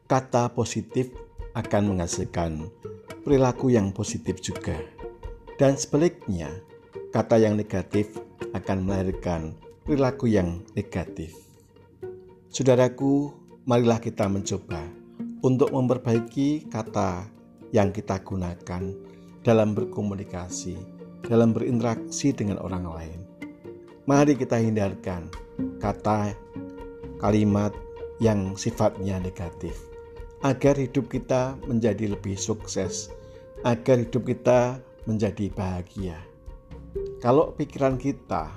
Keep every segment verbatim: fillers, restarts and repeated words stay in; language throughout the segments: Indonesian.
kata positif akan menghasilkan perilaku yang positif juga. Dan sebaliknya, kata yang negatif akan melahirkan perilaku yang negatif. Saudaraku, marilah kita mencoba untuk memperbaiki kata yang kita gunakan dalam berkomunikasi, dalam berinteraksi dengan orang lain. Mari kita hindarkan kata, kalimat yang sifatnya negatif, agar hidup kita menjadi lebih sukses, agar hidup kita menjadi bahagia. Kalau pikiran kita,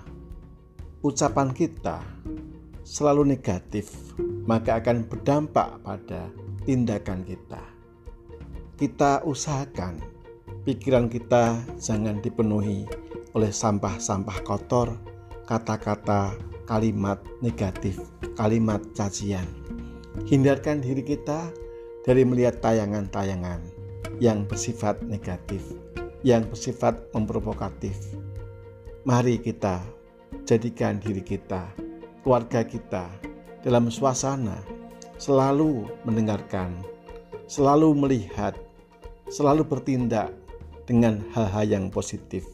ucapan kita selalu negatif, maka akan berdampak pada tindakan kita. Kita usahakan pikiran kita jangan dipenuhi oleh sampah-sampah kotor, kata-kata, kalimat negatif, kalimat cacian. Hindarkan diri kita dari melihat tayangan-tayangan yang bersifat negatif, yang bersifat memprovokatif. Mari kita jadikan diri kita, keluarga kita dalam suasana selalu mendengarkan, selalu melihat, selalu bertindak dengan hal-hal yang positif.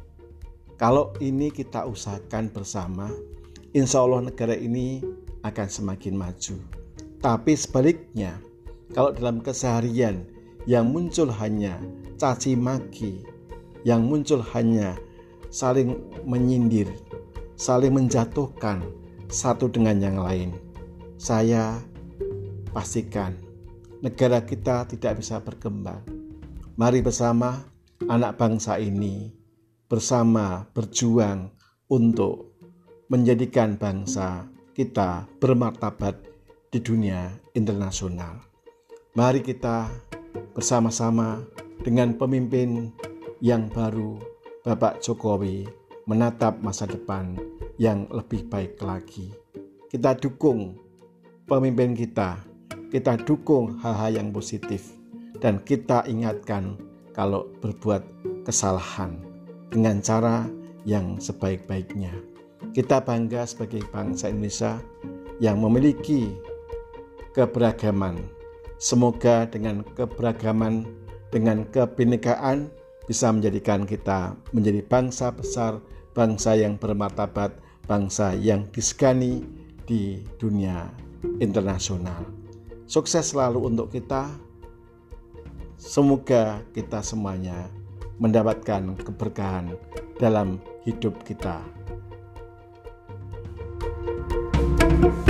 Kalau ini kita usahakan bersama, insya Allah negara ini akan semakin maju. Tapi sebaliknya, kalau dalam keseharian yang muncul hanya caci maki, yang muncul hanya saling menyindir, saling menjatuhkan satu dengan yang lain, saya pastikan negara kita tidak bisa berkembang. Mari bersama anak bangsa ini bersama berjuang untuk menjadikan bangsa kita bermartabat di dunia internasional. Mari kita bersama-sama dengan pemimpin yang baru, Bapak Jokowi, menatap masa depan yang lebih baik lagi. Kita dukung pemimpin kita, kita dukung hal-hal yang positif, dan kita ingatkan kalau berbuat kesalahan dengan cara yang sebaik-baiknya. Kita bangga sebagai bangsa Indonesia yang memiliki keberagaman. Semoga dengan keberagaman, dengan kebinekaan bisa menjadikan kita menjadi bangsa besar, bangsa yang bermartabat, bangsa yang disegani di dunia internasional. Sukses selalu untuk kita. Semoga kita semuanya mendapatkan keberkahan dalam hidup kita.